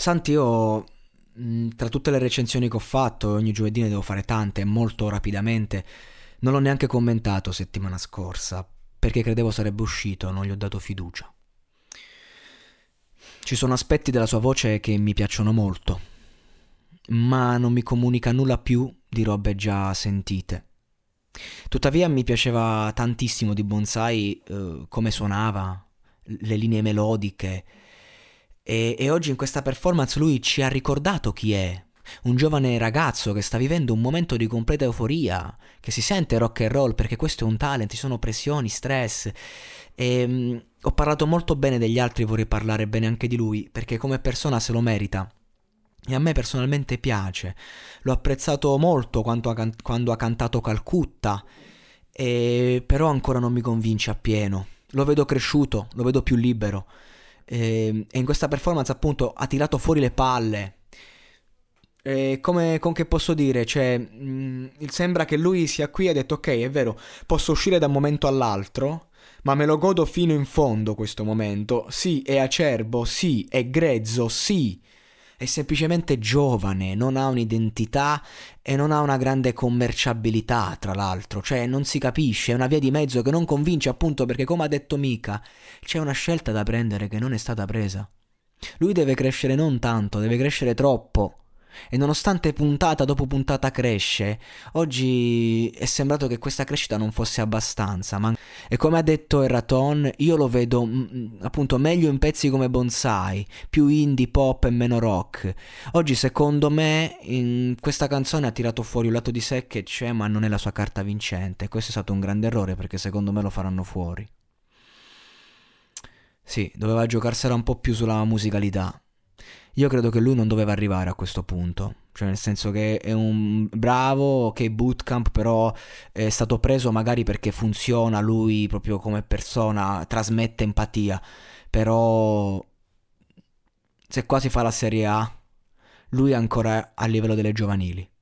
Santi, io tra tutte le recensioni che ho fatto, ogni giovedì ne devo fare tante, molto rapidamente, non l'ho neanche commentato settimana scorsa, perché credevo sarebbe uscito, non gli ho dato fiducia. Ci sono aspetti della sua voce che mi piacciono molto, ma non mi comunica nulla più di robe già sentite. Tuttavia mi piaceva tantissimo di Bonsai, come suonava, le linee melodiche, e oggi in questa performance lui ci ha ricordato chi è. Un giovane ragazzo che sta vivendo un momento di completa euforia, che si sente rock and roll perché questo è un talent, ci sono pressioni, stress. Ho parlato molto bene degli altri, vorrei parlare bene anche di lui, perché come persona se lo merita. E a me personalmente piace. L'ho apprezzato molto quando ha cantato Calcutta, però ancora non mi convince appieno. Lo vedo cresciuto, lo vedo più libero. E in questa performance appunto ha tirato fuori le palle. Con che posso dire? Cioè, sembra che lui sia qui e ha detto ok, è vero, posso uscire da un momento all'altro, ma me lo godo fino in fondo questo momento. Sì, è acerbo, sì, è grezzo, sì, è semplicemente giovane, non ha un'identità e non ha una grande commerciabilità, tra l'altro, cioè non si capisce, è una via di mezzo che non convince appunto perché come ha detto Mika, c'è una scelta da prendere che non è stata presa. Lui deve crescere non tanto, deve crescere troppo. E nonostante puntata dopo puntata cresce, oggi è sembrato che questa crescita non fosse abbastanza. E come ha detto Erraton, io lo vedo appunto meglio in pezzi come Bonsai, più indie pop e meno rock. Oggi secondo me in questa canzone ha tirato fuori un lato di sé che c'è ma non è la sua carta vincente. Questo è stato un grande errore perché secondo me lo faranno fuori. Sì, doveva giocarsela un po' più sulla musicalità. Io credo che lui non doveva arrivare a questo punto, cioè nel senso che è un bravo, ok, bootcamp, però è stato preso magari perché funziona lui proprio come persona, trasmette empatia, però se qua si fa la Serie A, lui è ancora a livello delle giovanili.